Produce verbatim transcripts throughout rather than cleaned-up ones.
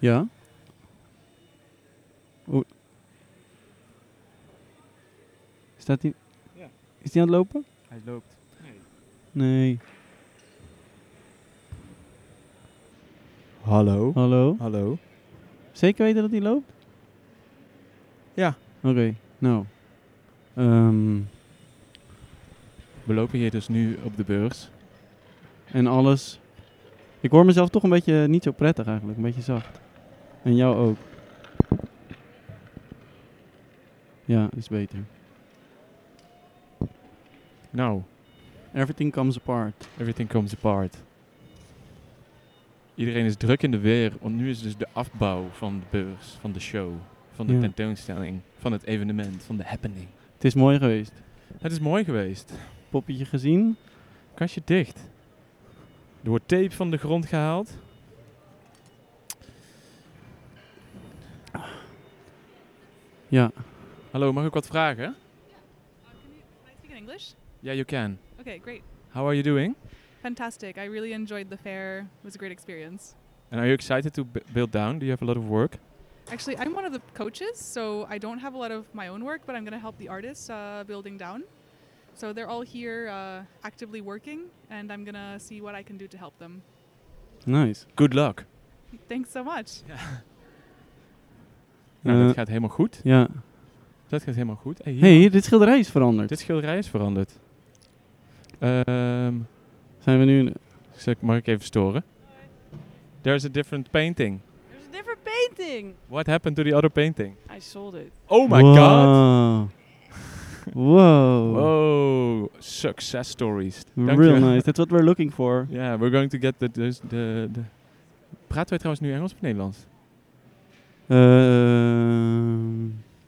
Ja? Oeh. Staat hij? Ja. Is hij aan het lopen? Hij loopt. Nee. Nee. Hallo? Hallo? Hallo? Zeker weten dat hij loopt? Ja. Oké, okay, nou. Um, We lopen hier dus nu op de beurs. En alles. Ik hoor mezelf toch een beetje niet zo prettig eigenlijk. Een beetje zacht. En jou ook. Ja, is beter. Nou. Everything comes apart. Everything comes apart. Iedereen is druk in de weer, want nu is dus de afbouw van de beurs, van de show, van de ja. tentoonstelling, van het evenement, van de happening. Het is mooi geweest. Het is mooi geweest. Poppetje gezien. Kastje dicht. Er wordt tape van de grond gehaald. Ja. Hallo, mag ik wat vragen? Uh, can, you, can I speak in English? Yeah, you can. Okay, great. How are you doing? Fantastic. I really enjoyed the fair. It was a great experience. And are you excited to b- build down? Do you have a lot of work? Actually, I'm one of the coaches, so I don't have a lot of my own work, but I'm going to help the artists uh, building down. So they're all here uh, actively working, and I'm going to see what I can do to help them. Nice. Good luck. Thanks so much. Ja. Nou, Uh, dat gaat helemaal goed. Ja. Dat gaat helemaal goed. Hey, hier hey, dit schilderij is veranderd. Dit schilderij is veranderd. Um, Zijn we nu... Mag ik even storen? There's a different painting. There's a different painting. What happened to the other painting? I sold it. Oh my wow. god! Wow. Whoa. Success stories. Real nice. That's what we're looking for. Yeah, we're going to get the... the, the, the Praten wij trouwens nu Engels of Nederlands? Uh,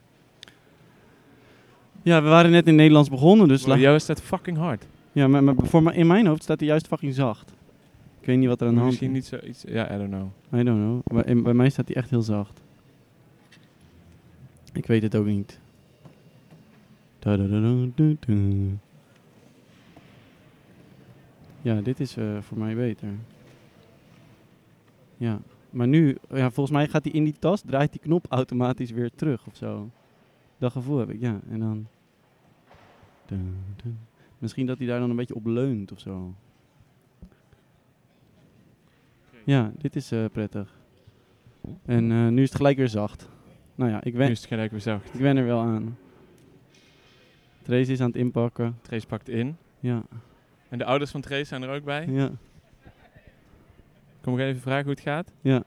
ja, we waren net in Nederlands begonnen, dus... Well, jou is dat fucking hard. Ja, maar, maar voor me, in mijn hoofd staat hij juist fucking zacht. Ik weet niet wat er aan de hand is. Misschien niet zo iets... Ja, I don't know. I don't know. Maar in, bij mij staat hij echt heel zacht. Ik weet het ook niet. Ja, dit is uh, voor mij beter. Ja, maar nu, ja, volgens mij gaat hij in die tas, draait die knop automatisch weer terug of zo. Dat gevoel heb ik, ja. En dan... Dun, dun. Misschien dat hij daar dan een beetje op leunt of zo. Ja, dit is uh, prettig. En uh, nu is het gelijk weer zacht. Nou ja, ik wen, nu is het gelijk weer zacht. Ik wen er wel aan. Trace is aan het inpakken. Trace pakt in. Ja. En de ouders van Trace zijn er ook bij. Ja. Kom ik even vragen hoe het gaat? Ja.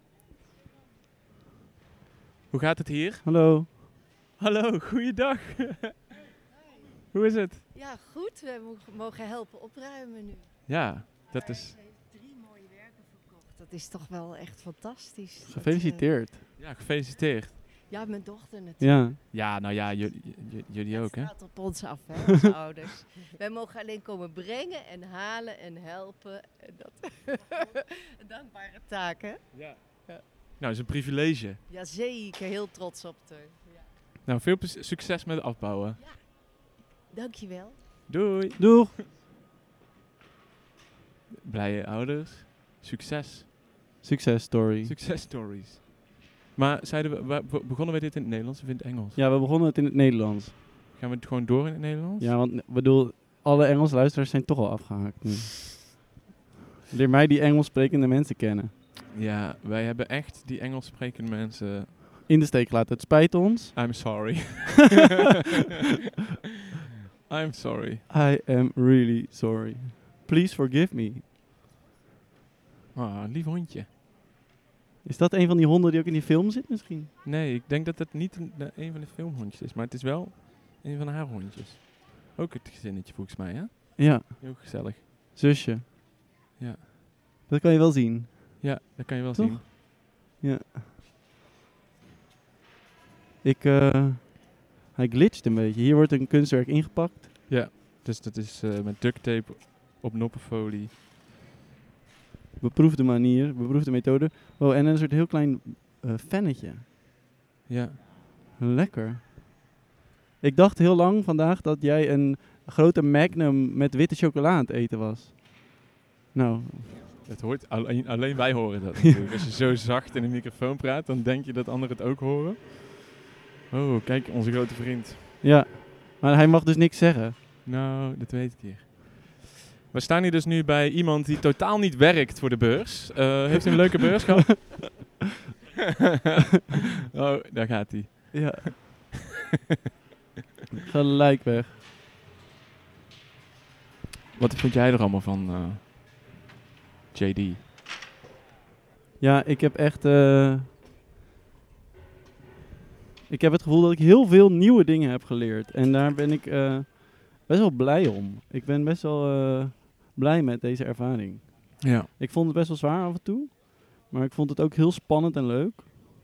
Hoe gaat het hier? Hallo. Hallo, goeiedag. Hoe is het? Ja, goed. We mo- mogen helpen opruimen nu. Ja, dat is... Ze heeft drie mooie werken verkocht. Dat is toch wel echt fantastisch. Gefeliciteerd. Dat, uh, Ja, gefeliciteerd. ja, mijn dochter natuurlijk. Ja. Ja, nou ja, j- j- jullie ook, hè? Het staat op ons af, hè, onze ouders. Wij mogen alleen komen brengen en halen en helpen. En dat een dankbare taak, hè? Ja. Ja. Nou, is een privilege. Jazeker, heel trots op haar. Ja. Nou, veel pes- succes met het afbouwen. Ja. Dankjewel. Doei. Doeg. Blije ouders. Succes. Succes story. Succes stories. Maar zeiden we, wa- be- begonnen we dit in het Nederlands of in het Engels? Ja, we begonnen het in het Nederlands. Gaan we het gewoon door in het Nederlands? Ja, want ik bedoel, alle Engels luisteraars zijn toch al afgehaakt nu. Leer mij die Engels sprekende mensen kennen. Ja, wij hebben echt die Engels sprekende mensen... In de steek laten. Het spijt ons. I'm sorry. I'm sorry. I am really sorry. Please forgive me. Ah, lief hondje. Is dat een van die honden die ook in die film zit misschien? Nee, ik denk dat het niet een, de- een van de filmhondjes is, maar het is wel een van haar hondjes. Ook het gezinnetje volgens mij, hè? Ja, Heel gezellig. zusje. Ja. Dat kan je wel zien. Ja, dat kan je wel Toch? zien. Ja. Ik, uh, hij glitcht een beetje. Hier wordt een kunstwerk ingepakt. Ja, dus dat is uh, met duct tape op noppenfolie. Beproefde manier, beproefde methode. Oh, en een soort heel klein uh, vennetje. Ja. Lekker. Ik dacht heel lang vandaag dat jij een grote Magnum met witte chocola aan het eten was. Nou, Het hoort, alleen, alleen wij horen dat natuurlijk. Als je zo zacht in een microfoon praat, dan denk je dat anderen het ook horen. Oh, kijk, onze grote vriend. Ja, maar hij mag dus niks zeggen. Nou, dat weet ik hier. We staan hier dus nu bij iemand die totaal niet werkt voor de beurs. Uh, heeft u een leuke beurs gehad? Oh, daar gaat hij. Ja. Gelijk weg. Wat vond jij er allemaal van, uh, J D? Ja, ik heb echt... Uh, ik heb het gevoel dat ik heel veel nieuwe dingen heb geleerd. En daar ben ik uh, best wel blij om. Ik ben best wel uh, blij met deze ervaring. Ja. Ik vond het best wel zwaar af en toe. Maar ik vond het ook heel spannend en leuk.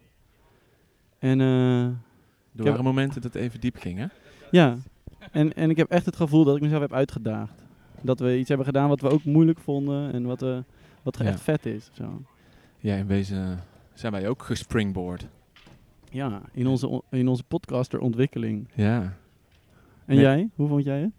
En... Uh, er waren momenten dat het even diep ging, hè? Ja. En, en ik heb echt het gevoel dat ik mezelf heb uitgedaagd. Dat we iets hebben gedaan wat we ook moeilijk vonden. En wat, we, wat ja. echt vet is. Zo. Ja, in wezen zijn wij ook gespringboard. Ja, in onze, in onze podcasterontwikkeling. Ja. En nee. jij? Hoe vond jij het?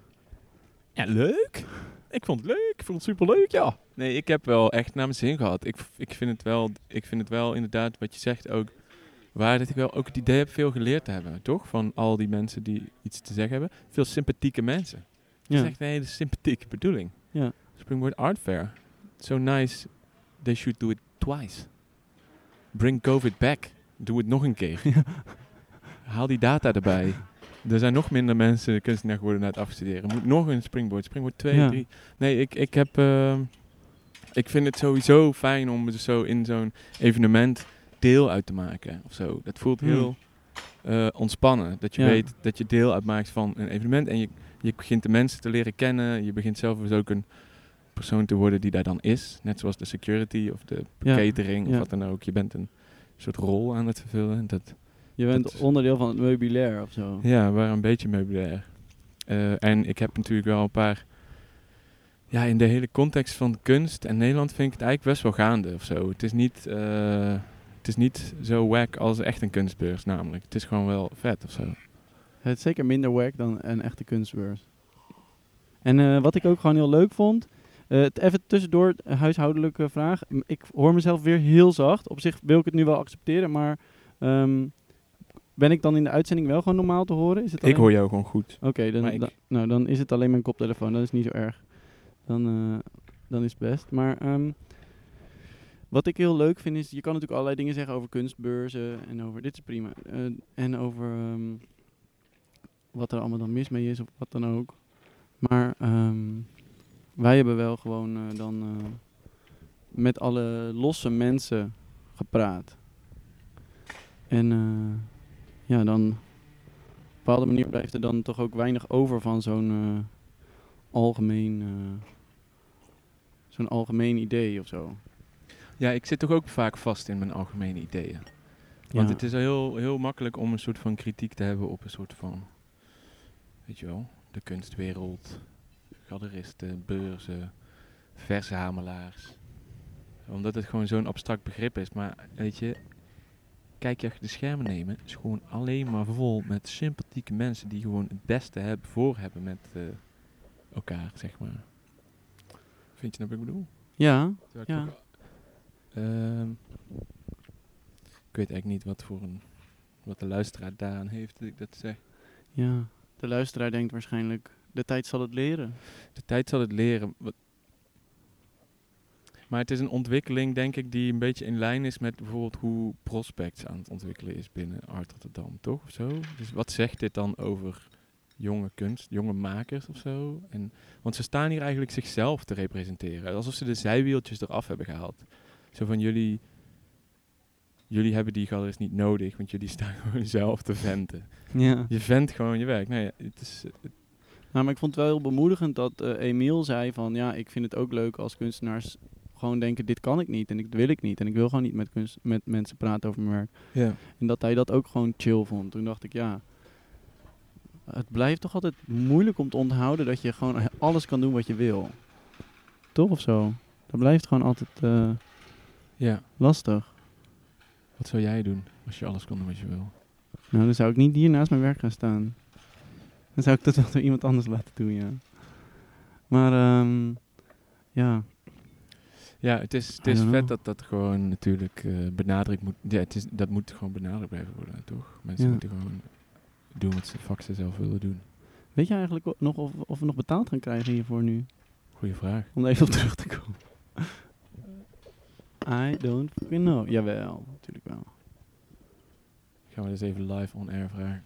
Ja, leuk. Ik vond het leuk. Ik vond het superleuk, ja. Nee, ik heb wel echt naar mijn zin gehad. Ik, ik, vind het wel, ik vind het wel inderdaad, wat je zegt ook, waar dat ik wel ook het idee heb veel geleerd te hebben, toch? Van al die mensen die iets te zeggen hebben. Veel sympathieke mensen. Dat ja. is echt een hele sympathieke bedoeling. Ja. Springboard Art Fair. So nice. They should do it twice. Bring COVID back. Doe het nog een keer. Ja. Haal die data erbij. Er zijn nog minder mensen kunstenaar geworden na het afstuderen. Moet nog een Springboard. Springboard twee, ja. drie. Nee, ik, ik heb... Uh, ik vind het sowieso fijn om dus zo in zo'n evenement deel uit te maken. Of zo. Dat voelt heel uh, ontspannen. Dat je ja. weet dat je deel uitmaakt van een evenement. En je, je begint de mensen te leren kennen. Je begint zelf dus ook een persoon te worden die daar dan is. Net zoals de security of de ja. catering of ja. wat dan ook. Je bent een soort rol aan het vervullen. Dat, je bent dat onderdeel van het meubilair of zo. Ja, maar een beetje meubilair. Uh, en ik heb natuurlijk wel een paar... Ja, in de hele context van kunst en Nederland vind ik het eigenlijk best wel gaande of zo. Het is niet, uh, het is niet zo wack als echt een kunstbeurs namelijk. Het is gewoon wel vet of zo. Het is zeker minder wack dan een echte kunstbeurs. En uh, wat ik ook gewoon heel leuk vond... Uh, even tussendoor, een huishoudelijke vraag. Ik hoor mezelf weer heel zacht. Op zich wil ik het nu wel accepteren, maar... Um, ben ik dan in de uitzending wel gewoon normaal te horen? Is het ik hoor jou gewoon goed. Oké, okay, dan, da, nou, dan is het alleen mijn koptelefoon. Dat is niet zo erg. Dan, uh, dan is het best. Maar um, wat ik heel leuk vind is... Je kan natuurlijk allerlei dingen zeggen over kunstbeurzen. En over... Dit is prima. Uh, en over um, wat er allemaal dan mis mee is of wat dan ook. Maar um, wij hebben wel gewoon uh, dan uh, met alle losse mensen gepraat. En... Uh, Ja, dan op een bepaalde manier blijft er dan toch ook weinig over van zo'n uh, algemeen, uh, zo'n algemeen idee of zo. Ja, ik zit toch ook vaak vast in mijn algemene ideeën. Want ja. het is heel, heel makkelijk om een soort van kritiek te hebben op een soort van, weet je wel, de kunstwereld, galeristen, beurzen, verzamelaars. Omdat het gewoon zo'n abstract begrip is, maar weet je... Kijk je achter de schermen nemen, is gewoon alleen maar vol met sympathieke mensen die gewoon het beste hebben voor hebben met uh, elkaar, zeg maar. Vind je nou wat ik bedoel? Ja. Ik, ja. Ook, uh, ik weet eigenlijk niet wat voor een, wat de luisteraar daaraan heeft dat ik dat zeg. Ja, de luisteraar denkt waarschijnlijk, de tijd zal het leren. De tijd zal het leren. Wat Maar het is een ontwikkeling, denk ik, die een beetje in lijn is met bijvoorbeeld hoe Prospects aan het ontwikkelen is binnen Art Rotterdam, toch? Of zo? Dus wat zegt dit dan over jonge kunst, jonge makers of zo? En, want ze staan hier eigenlijk zichzelf te representeren. Alsof ze de zijwieltjes eraf hebben gehaald. Zo van, jullie, jullie hebben die galerist niet nodig, want jullie staan gewoon zelf te venten. Ja. Je vent gewoon je werk. Nee, het is... Het nou, maar ik vond het wel heel bemoedigend dat uh, Emiel zei van, ja, ik vind het ook leuk als kunstenaars... gewoon denken, dit kan ik niet en dit wil ik niet. En ik wil gewoon niet met, kunst, met mensen praten over mijn werk. Ja. En dat hij dat ook gewoon chill vond. Toen dacht ik, ja... Het blijft toch altijd moeilijk om te onthouden dat je gewoon alles kan doen wat je wil. Toch of zo? Dat blijft gewoon altijd uh, ja. lastig. Wat zou jij doen als je alles kon doen wat je wil? Nou, dan zou ik niet hier naast mijn werk gaan staan. Dan zou ik dat wel door iemand anders laten doen, ja. Maar, um, ja... Ja, het is, het I is don't vet know. dat dat gewoon natuurlijk uh, benadrukt moet. Ja, het is, dat moet gewoon benadrukt blijven worden, toch? Mensen Ja. moeten gewoon doen wat ze fuck ze zelf willen doen. Weet je eigenlijk o- nog of, of we nog betaald gaan krijgen hiervoor nu? Goeie vraag. Om er even op terug te komen. I don't fucking know. Jawel, natuurlijk wel. Gaan we dus even live on air vragen.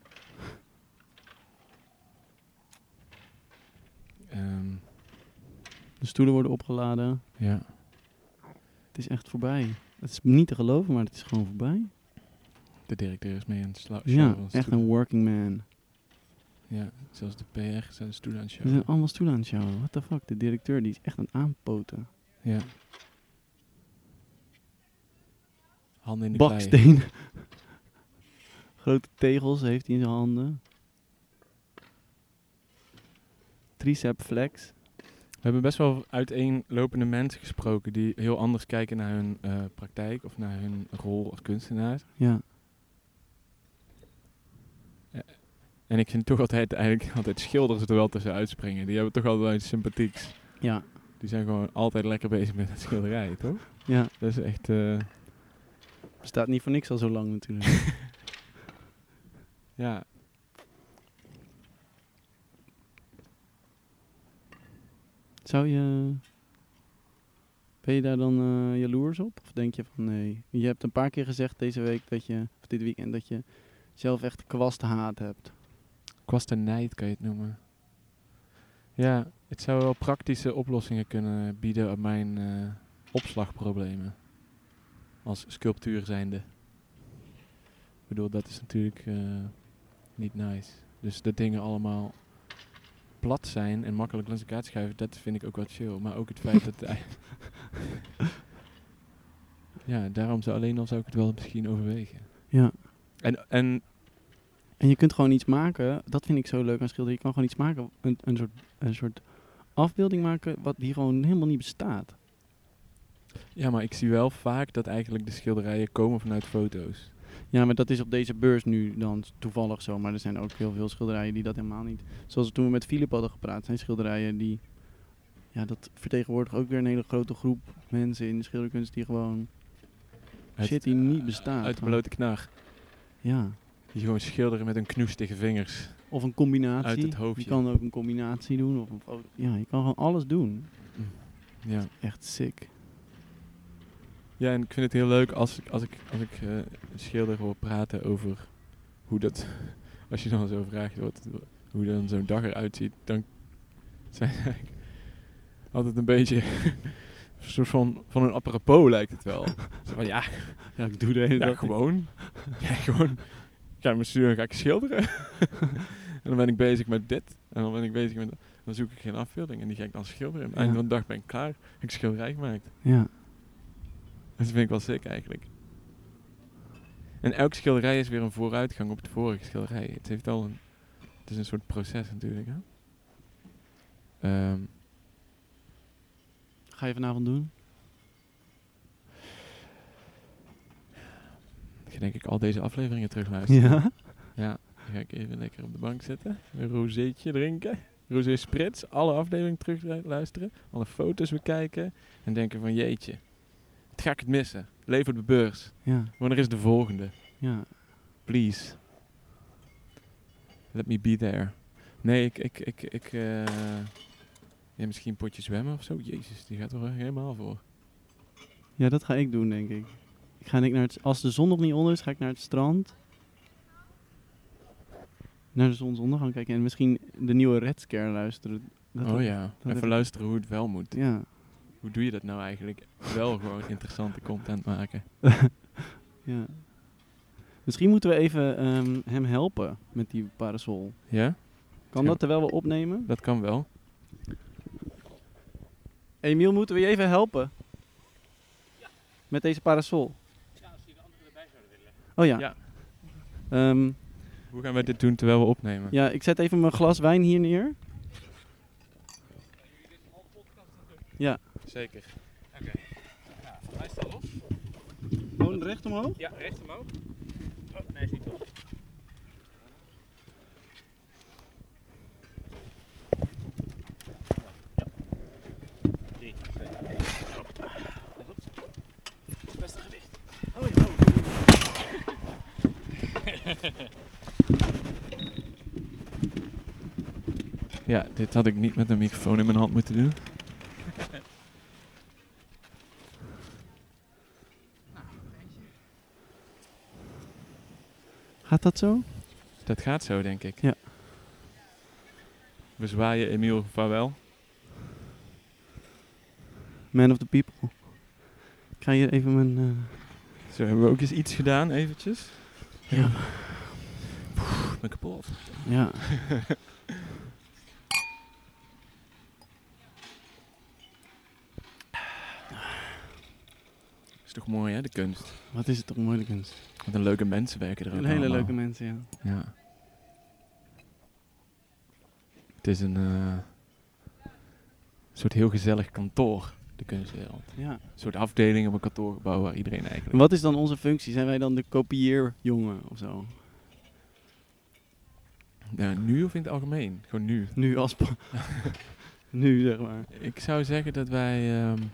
um, De stoelen worden opgeladen. ja. Het is echt voorbij. Het is niet te geloven, maar het is gewoon voorbij. De directeur is mee aan het sla- Ja, sjouwen van echt stoelen. een working man. Ja, zelfs de P R zijn de stoelen aan het Ze sjouwen. zijn allemaal stoelen aan het sjouwen. What the fuck? De directeur die is echt aan het aanpoten. Ja. Handen in de klei. Baksteen. Grote tegels heeft hij in zijn handen. Tricep flex. We hebben best wel uiteenlopende mensen gesproken die heel anders kijken naar hun uh, praktijk of naar hun rol als kunstenaar. Ja. En ik vind toch altijd, eigenlijk altijd schilders er wel tussen uitspringen. Die hebben toch altijd iets sympathieks. Ja. Die zijn gewoon altijd lekker bezig met het schilderij, toch? Ja. Dat is echt... Uh, Bestaat niet voor niks al zo lang natuurlijk. ja. Zou je... Ben je daar dan uh, jaloers op? Of denk je van nee? Je hebt een paar keer gezegd deze week dat je... Of dit weekend dat je zelf echt kwasthaat hebt. Kwastenijd kan je het noemen. Ja, het zou wel praktische oplossingen kunnen bieden op mijn uh, opslagproblemen. Als sculptuur zijnde. Ik bedoel, dat is natuurlijk uh, niet nice. Dus dat dingen allemaal plat zijn en makkelijk langs elkaar te schuiven, dat vind ik ook wel chill. Maar ook het feit dat... Het ja, daarom zou alleen al zou ik het wel misschien overwegen. Ja. En... en En je kunt gewoon iets maken, dat vind ik zo leuk aan schilderen. Je kan gewoon iets maken, een, een, soort, een soort afbeelding maken wat die gewoon helemaal niet bestaat. Ja, maar ik zie wel vaak dat eigenlijk de schilderijen komen vanuit foto's. Ja, maar dat is op deze beurs nu dan toevallig zo. Maar er zijn ook heel veel schilderijen die dat helemaal niet... Zoals toen we met Philip hadden gepraat, zijn schilderijen die... Ja, dat vertegenwoordigt ook weer een hele grote groep mensen in de schilderkunst die gewoon... Uit, shit die niet bestaat. Uit de blote knar. Ja. Die gewoon schilderen met hun knoestige vingers. Of een combinatie. Uit het hoofdje. Je kan ook een combinatie doen. Of een foto. Ja, je kan gewoon alles doen. Ja. Echt sick. Ja, en ik vind het heel leuk als ik, als ik, als ik uh, een schilder hoor praten over hoe dat... Als je dan zo vraagt wat, hoe dan zo'n dag eruit ziet, dan zijn ze eigenlijk altijd een beetje... een soort van, van een apropos lijkt het wel. Zo van, ja, ja, ik doe de hele ja, dag gewoon. Ja, gewoon. Ik ga in mijn studio ga ik schilderen. En dan ben ik bezig met dit. En dan ben ik bezig met... Dan zoek ik geen afbeelding en die ga ik dan schilderen. En aan het einde van de dag ben ik klaar. Heb ik schilderij gemaakt. Ja. Dat vind ik wel sick eigenlijk. En elk schilderij is weer een vooruitgang op het vorige schilderij. Het heeft al een... Het is een soort proces natuurlijk, hè. Um, Ga je vanavond doen? Ik ga denk ik al deze afleveringen terugluisteren. Ja? Ja, dan ga ik even lekker op de bank zitten. Een rozeetje drinken. Rosé Spritz. Alle afleveringen terugluisteren. Alle foto's bekijken. En denken van jeetje. Het ga ik het missen. Leef op de beurs. Ja. Wanneer is de volgende? Ja. Please. Let me be there. Nee, ik... ik, ik, ik uh, ja, misschien een potje zwemmen of zo. Jezus, die gaat er helemaal voor. Ja, dat ga ik doen, denk ik. Ik ga denk ik naar het, als de zon nog niet onder is, ga ik naar het strand. Naar de zonsondergang kijken en misschien de nieuwe Red Scare luisteren. Dat oh heb, ja, even even luisteren hoe het wel moet. Ja. Hoe doe je dat nou eigenlijk? Wel gewoon interessante content maken. Ja. Misschien moeten we even um, hem helpen met die parasol. Ja? Kan Ja. dat terwijl we opnemen? Dat kan wel. Emiel, moeten we je even helpen? Ja. Met deze parasol? Ja, als je de andere erbij zouden willen. Oh ja. Ja. Um, Hoe gaan wij dit doen terwijl we opnemen? ja, ik zet even mijn glas wijn hier neer. Ja. Zeker. Oké. Okay. Ja, hij staat los. Gewoon recht omhoog? Ja, recht omhoog. Oh, nee, is niet los. Ja. drie, twee, Ja, dit had ik niet met een microfoon in mijn hand moeten doen. Gaat dat zo? Dat gaat zo, denk ik. Ja. We zwaaien Emiel vaarwel. Man of the people. Ik ga hier even mijn... Uh... Zo hebben we ook eens iets gedaan, eventjes. Ja. Pff, ik ben kapot. Ja. Is toch mooi, hè, de kunst. Wat is het toch mooi, de kunst. Wat een leuke mensen werken er ook Een hele allemaal. leuke mensen, ja. Ja. Het is een uh, soort heel gezellig kantoor, de kunstwereld. Ja. Een soort afdeling op een kantoorgebouw waar iedereen eigenlijk... En wat is dan onze functie? Zijn wij dan de kopieerjongen of zo? Ja, nu of in het algemeen? Gewoon nu. Nu als... pa- nu, zeg maar. Ik zou zeggen dat wij... Um,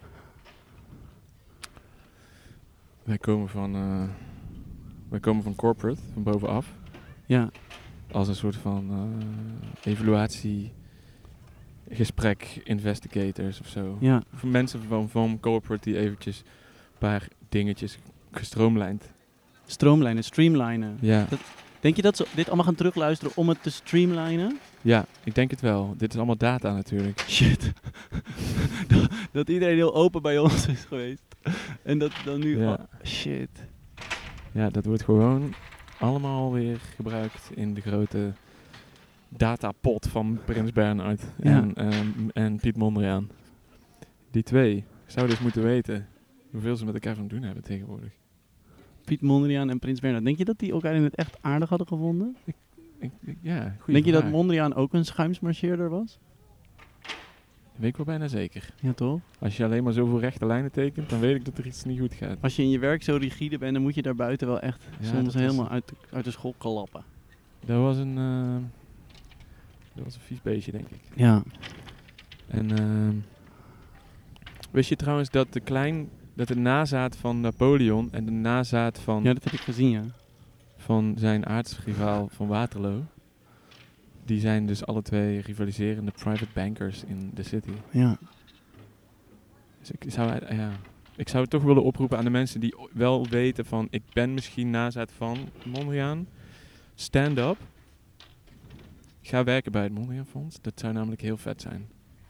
wij komen van... Uh, wij komen van corporate, van bovenaf. Ja. Als een soort van uh, evaluatie... gesprek, investigators of zo. Ja. Voor mensen van, van corporate die eventjes een paar dingetjes gestroomlijnd. Stroomlijnen, streamlinen. Ja. Dat, denk je dat ze dit allemaal gaan terugluisteren om het te streamlinen? Ja, ik denk het wel. Dit is allemaal data natuurlijk. Shit. dat, dat iedereen heel open bij ons is geweest. En dat dan nu... Ja. Oh, shit. Ja, dat wordt gewoon allemaal weer gebruikt in de grote datapot van Prins Bernhard Ja. en, um, en Piet Mondriaan. Die twee zouden dus moeten weten hoeveel ze met elkaar van doen hebben tegenwoordig. Piet Mondriaan en Prins Bernhard. Denk je dat die elkaar in het echt aardig hadden gevonden? Ik, ik, ja, goeie Denk je dat vraag. Mondriaan ook een schuimsmarcheerder was? Weet ik wel bijna zeker. Ja, toch? Als je alleen maar zoveel rechte lijnen tekent, dan weet ik dat er iets niet goed gaat. Als je in je werk zo rigide bent, dan moet je daar buiten wel echt Ja, soms dat is- helemaal uit de, uit de school klappen. Dat was een, uh, dat was een vies beestje, denk ik. Ja. En uh, wist je trouwens dat de klein, dat de nazaat van Napoleon en de nazaat van, Ja, dat heb ik gezien, ja. van zijn aartsrivaal van Waterloo, die zijn dus alle twee rivaliserende private bankers in de city. Ja. Dus ik zou, uh, ja, ik zou het toch willen oproepen aan de mensen die o- wel weten van, ik ben misschien nazaat van Mondriaan. Stand up. Ga werken bij het Mondriaan Fonds. Dat zou namelijk heel vet zijn.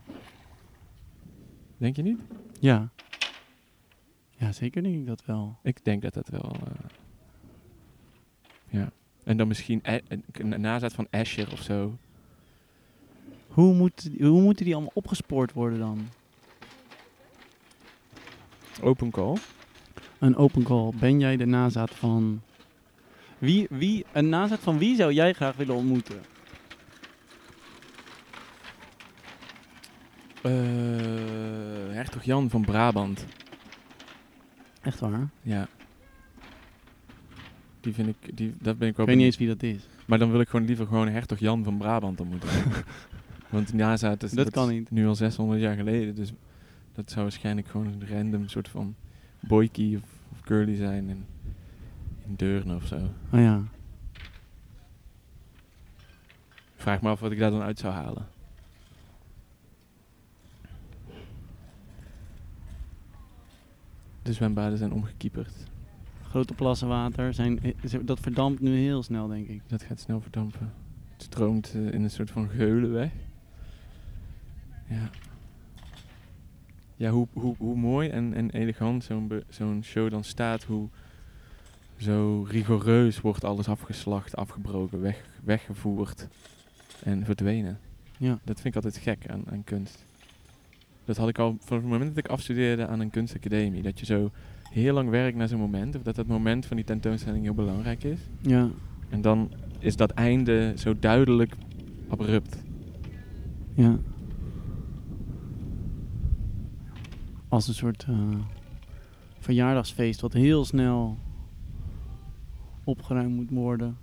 Denk je niet? Ja. Ja, zeker denk ik dat wel. Ik denk dat dat wel... Uh, ja. En dan misschien e- een, een nazaat van Escher of zo. Hoe, moet, hoe moeten die allemaal opgespoord worden dan? Open call. Een open call. Ben jij de nazaat van... Wie, wie, een nazaat van wie zou jij graag willen ontmoeten? Uh, hertog Jan van Brabant. Echt waar? Ja. Die vind ik... Die, dat ben ik wel Ik weet niet benieuwd. eens wie dat is. Maar dan wil ik gewoon liever gewoon hertog Jan van Brabant ontmoeten. Want die nazaat is Dat kan niet. nu al zeshonderd jaar geleden. Dus dat zou waarschijnlijk gewoon een random soort van boykie of, of girlie zijn in, in Deurne of zo. Oh ja. Vraag me af wat ik daar dan uit zou halen. De zwembaden zijn omgekieperd. Grote plassen water. Zijn, eh, dat verdampt nu heel snel, denk ik. Dat gaat snel verdampen. Het stroomt uh, in een soort van geulen weg. Ja. Ja, hoe, hoe, hoe mooi en, en elegant zo'n, be, zo'n show dan staat. Hoe zo rigoureus wordt alles afgeslacht, afgebroken, weg, weggevoerd en verdwenen. Ja. Dat vind ik altijd gek aan, aan kunst. Dat had ik al vanaf het moment dat ik afstudeerde aan een kunstacademie. Dat je zo heel lang werkt naar zo'n moment. Of dat dat moment van die tentoonstelling heel belangrijk is. Ja. En dan is dat einde zo duidelijk abrupt. Ja. Als een soort uh, verjaardagsfeest wat heel snel opgeruimd moet worden.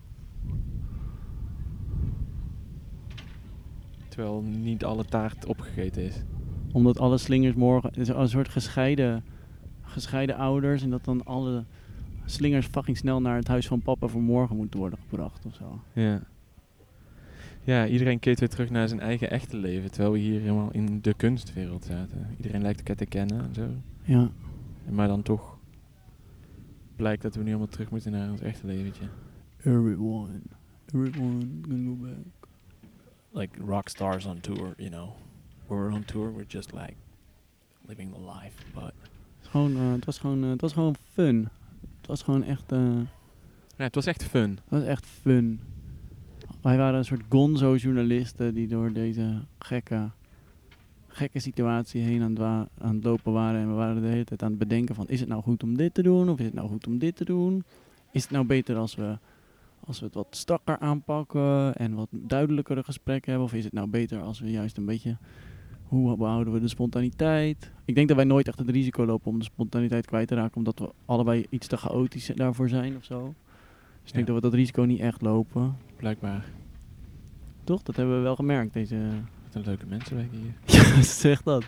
Terwijl niet alle taart opgegeten is. Omdat alle slingers morgen... Het is een soort gescheiden, gescheiden ouders. En dat dan alle slingers fucking snel naar het huis van papa voor morgen moeten worden gebracht of zo. Ja. Ja, iedereen keert weer terug naar zijn eigen echte leven, terwijl we hier helemaal in de kunstwereld zaten. Iedereen lijkt elkaar te kennen en zo. Ja. Maar dan toch blijkt dat we nu allemaal terug moeten naar ons echte leventje. Everyone, everyone can go back. Like rock stars on tour, you know. We're on tour, we're just like living the life, but... Gewoon, uh, het was gewoon, uh, het was gewoon fun. Het was gewoon echt, uh, Ja, het was echt fun. het was echt fun. Wij waren een soort gonzo-journalisten die door deze gekke, gekke situatie heen aan het, wa- aan het lopen waren. En we waren de hele tijd aan het bedenken van, is het nou goed om dit te doen? Of is het nou goed om dit te doen? Is het nou beter als we, als we het wat strakker aanpakken en wat duidelijkere gesprekken hebben? Of is het nou beter als we juist een beetje, hoe behouden we de spontaniteit? Ik denk dat wij nooit echt het risico lopen om de spontaniteit kwijt te raken, omdat we allebei iets te chaotisch daarvoor zijn of zo. Dus ik denk Ja. dat we dat risico niet echt lopen. Blijkbaar. Toch? Dat hebben we wel gemerkt, deze... Wat een leuke mensen werken hier. Ja, zeg dat.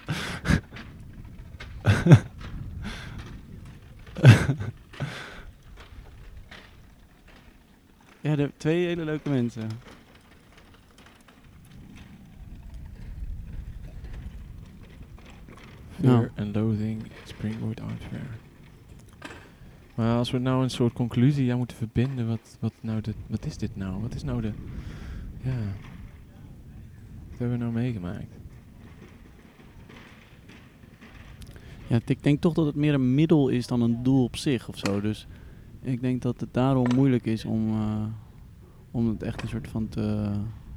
Ja, de, twee hele leuke mensen. Nou. Fear and Loathing, Springboard Art Fair. Maar als we nou een soort conclusie aan moeten verbinden, wat, wat, nou de, wat is dit nou? Wat is nou de... Ja... Wat hebben we nou meegemaakt? Ja, ik denk toch dat het meer een middel is dan een doel op zich of zo. Dus ik denk dat het daarom moeilijk is om, uh, om het echt een soort van te,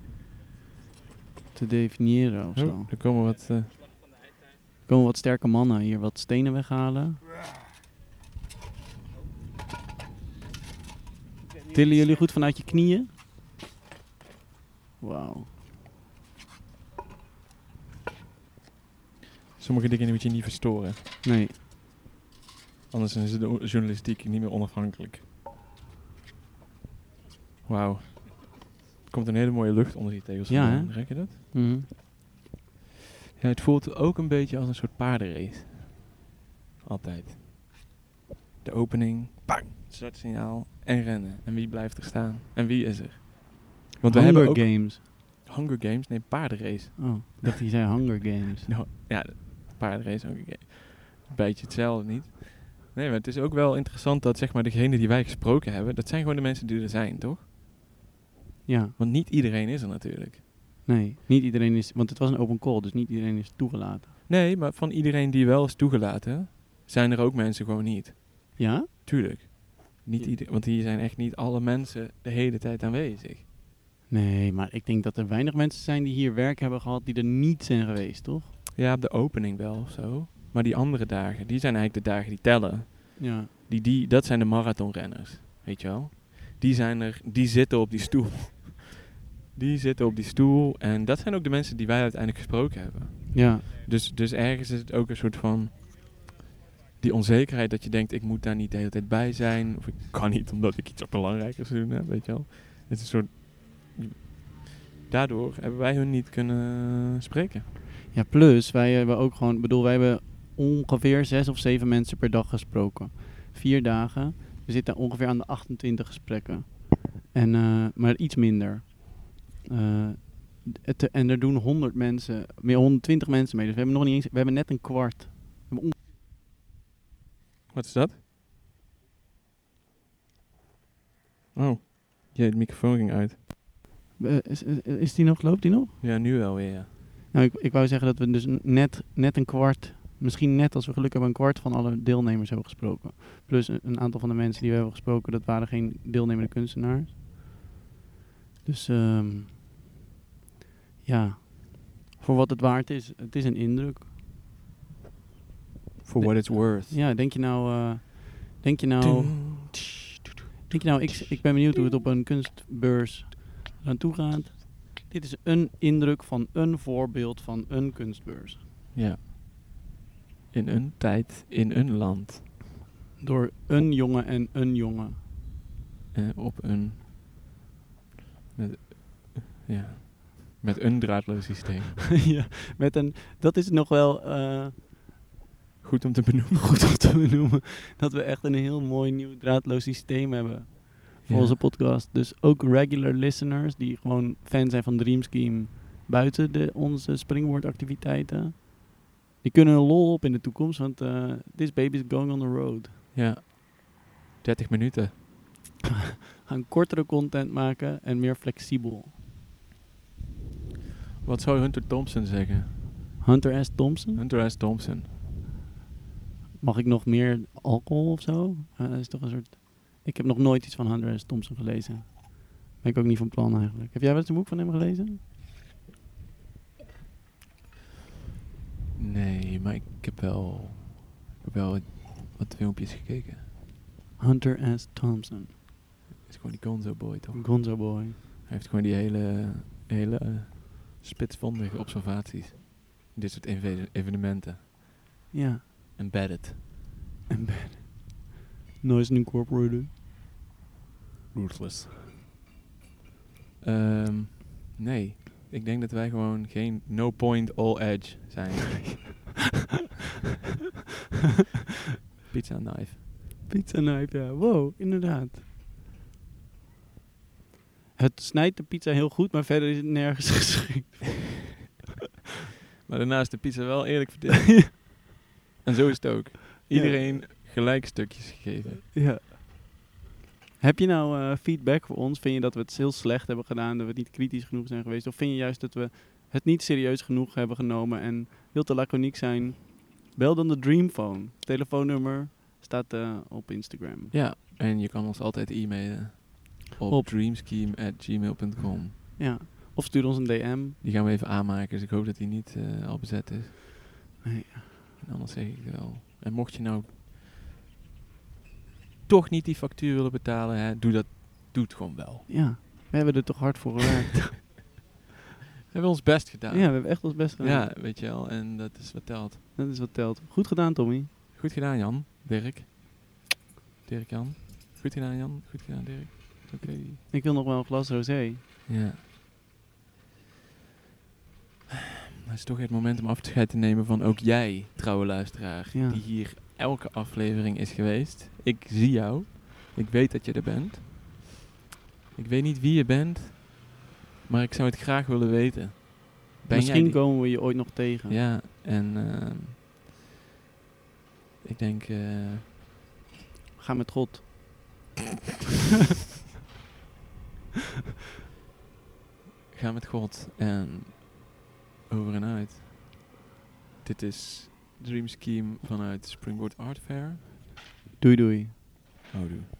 te definiëren of zo. Oh, er komen wat... Uh, Er komen wat sterke mannen hier wat stenen weghalen. Tillen jullie goed vanuit je knieën? Wauw. sommige dingen moet je niet verstoren. Nee. Anders is de o- journalistiek niet meer onafhankelijk. Wauw. Er komt een hele mooie lucht onder die tegels Ja, vandaan. hè? Ruik je dat? Mhm. Ja, het voelt ook een beetje als een soort paardenrace. Altijd. De opening, bang, startsignaal en rennen. En wie blijft er staan? En wie is er? Want we Hunger hebben ook Games. Hunger Games, nee, paardenrace. Oh, ik dacht hij zei Hunger Games. Nou, ja, de paardenrace, Hunger Games. Een beetje hetzelfde, niet? Nee, maar het is ook wel interessant dat zeg maar degenen die wij gesproken hebben, dat zijn gewoon de mensen die er zijn, toch? Ja, Want niet iedereen is er natuurlijk. nee. Niet iedereen is... Want het was een open call, dus niet iedereen is toegelaten. Nee, maar van iedereen die wel is toegelaten, zijn er ook mensen gewoon niet. Ja? Tuurlijk. Niet Ja. ieder, want hier zijn echt niet alle mensen de hele tijd aanwezig. Nee, maar ik denk dat er weinig mensen zijn die hier werk hebben gehad die er niet zijn geweest, toch? Ja, op de opening wel of zo. Maar die andere dagen, die zijn eigenlijk de dagen die tellen. Ja. Die, die, dat zijn de marathonrenners, weet je wel. Die zijn er, die zitten op die stoel. Die zitten op die stoel. En dat zijn ook de mensen die wij uiteindelijk gesproken hebben. Ja. Dus, dus ergens is het ook een soort van... Die onzekerheid dat je denkt, ik moet daar niet de hele tijd bij zijn. Of ik kan niet, omdat ik iets belangrijkers te doen heb, weet je wel. Het is een soort... Daardoor hebben wij hun niet kunnen spreken. Ja, plus wij hebben ook gewoon... Ik bedoel, wij hebben ongeveer zes of zeven mensen per dag gesproken. Vier dagen. We zitten ongeveer aan de achtentwintig gesprekken. En, eh, maar iets minder. Eh, het, en er doen honderd mensen, meer honderdtwintig mensen mee. Dus we hebben nog niet eens... We hebben net een kwart. We hebben on- Wat is dat? Oh, jee, de microfoon ging uit. eh, is, is, is die nog? Loopt die nog? Ja, nu wel weer, ja. Nou, ik, ik wou zeggen dat we dus n- net, net een kwart, misschien net als we geluk hebben, een kwart van alle deelnemers hebben gesproken. Plus een, een aantal van de mensen die we hebben gesproken, dat waren geen deelnemende kunstenaars. Dus ehm ja, voor wat het waard is, het is een indruk. For what it's worth. Ja, denk je nou, eh, denk je nou, denk je nou, ik, ik ben benieuwd hoe het op een kunstbeurs aan toe gaat. Dit is een indruk van een voorbeeld van een kunstbeurs. Ja. In een tijd, in een land. Door een jongen en een jongen. Eh, op een... Met, ja. Met een draadloos systeem. Ja, met een, dat is nog wel, eh, Goed om te benoemen. Goed om te benoemen. Dat we echt een heel mooi nieuw draadloos systeem hebben. Voor Ja. onze podcast. Dus ook regular listeners die gewoon fan zijn van Dream Scheme buiten de, onze Springboard activiteiten. Die kunnen een lol op in de toekomst, want uh, this baby is going on the road. Ja. dertig minuten. Gaan kortere content maken en meer flexibel. Wat zou Hunter Thompson zeggen? Hunter S. Thompson? Hunter S. Thompson. Mag ik nog meer alcohol of zo? Uh, dat is toch een soort... Ik heb nog nooit iets van Hunter S. Thompson gelezen. Ben ik ook niet van plan eigenlijk. Heb jij wel eens een boek van hem gelezen? Nee, maar ik heb wel, ik heb wel wat, wat filmpjes gekeken. Hunter S. Thompson. Het is gewoon die Gonzo Boy, toch? Gonzo Boy. Hij heeft gewoon die hele, hele uh, spitsvondige observaties. Dit soort inve- evenementen. Ja. Embedded. Embedded. Noise Incorporated. Ruthless. Um, nee, ik denk dat wij gewoon geen no point all edge zijn. Pizza knife. Pizza knife, ja. Wow, inderdaad. Het snijdt de pizza heel goed, maar verder is het nergens geschikt. Maar daarna is de pizza wel eerlijk verdeeld. En zo is het ook. Iedereen ja. gelijk stukjes gegeven. Ja. Heb je nou uh, feedback voor ons? Vind je dat we het heel slecht hebben gedaan, dat we niet kritisch genoeg zijn geweest? Of vind je juist dat we het niet serieus genoeg hebben genomen en veel te laconiek zijn? Bel dan de Dreamphone. Telefoonnummer staat uh, op Instagram. Ja, en je kan ons altijd e-mailen op, op. dreamscheme at gmail dot com. Ja, of stuur ons een D M. Die gaan we even aanmaken, dus ik hoop dat die niet uh, al bezet is. Nee. En anders zeg ik het wel. En mocht je nou toch niet die factuur willen betalen, hè, doe dat, doe het gewoon wel. Ja, we hebben er toch hard voor gewerkt. We hebben ons best gedaan. Ja, we hebben echt ons best gedaan. Ja, weet je wel, en dat is wat telt. Dat is wat telt. Goed gedaan, Tommy. Goed gedaan, Jan. Dirk. Dirk, Jan. Goed gedaan, Jan. Goed gedaan, Dirk. Oké. Okay. Ik wil nog wel een glas rosé. Ja. Het is toch het moment om afscheid te nemen van ook jij, trouwe luisteraar, ja. die hier elke aflevering is geweest. Ik zie jou. Ik weet dat je er bent. Ik weet niet wie je bent, maar ik zou het graag willen weten. Ben Misschien jij komen we je ooit nog tegen. Ja, en uh, ik denk... Uh, Ga met God. Ga met God en over en uit. Dit is Dream Scheme vanuit Springboard Art Fair. Doei doei. Oh, doei.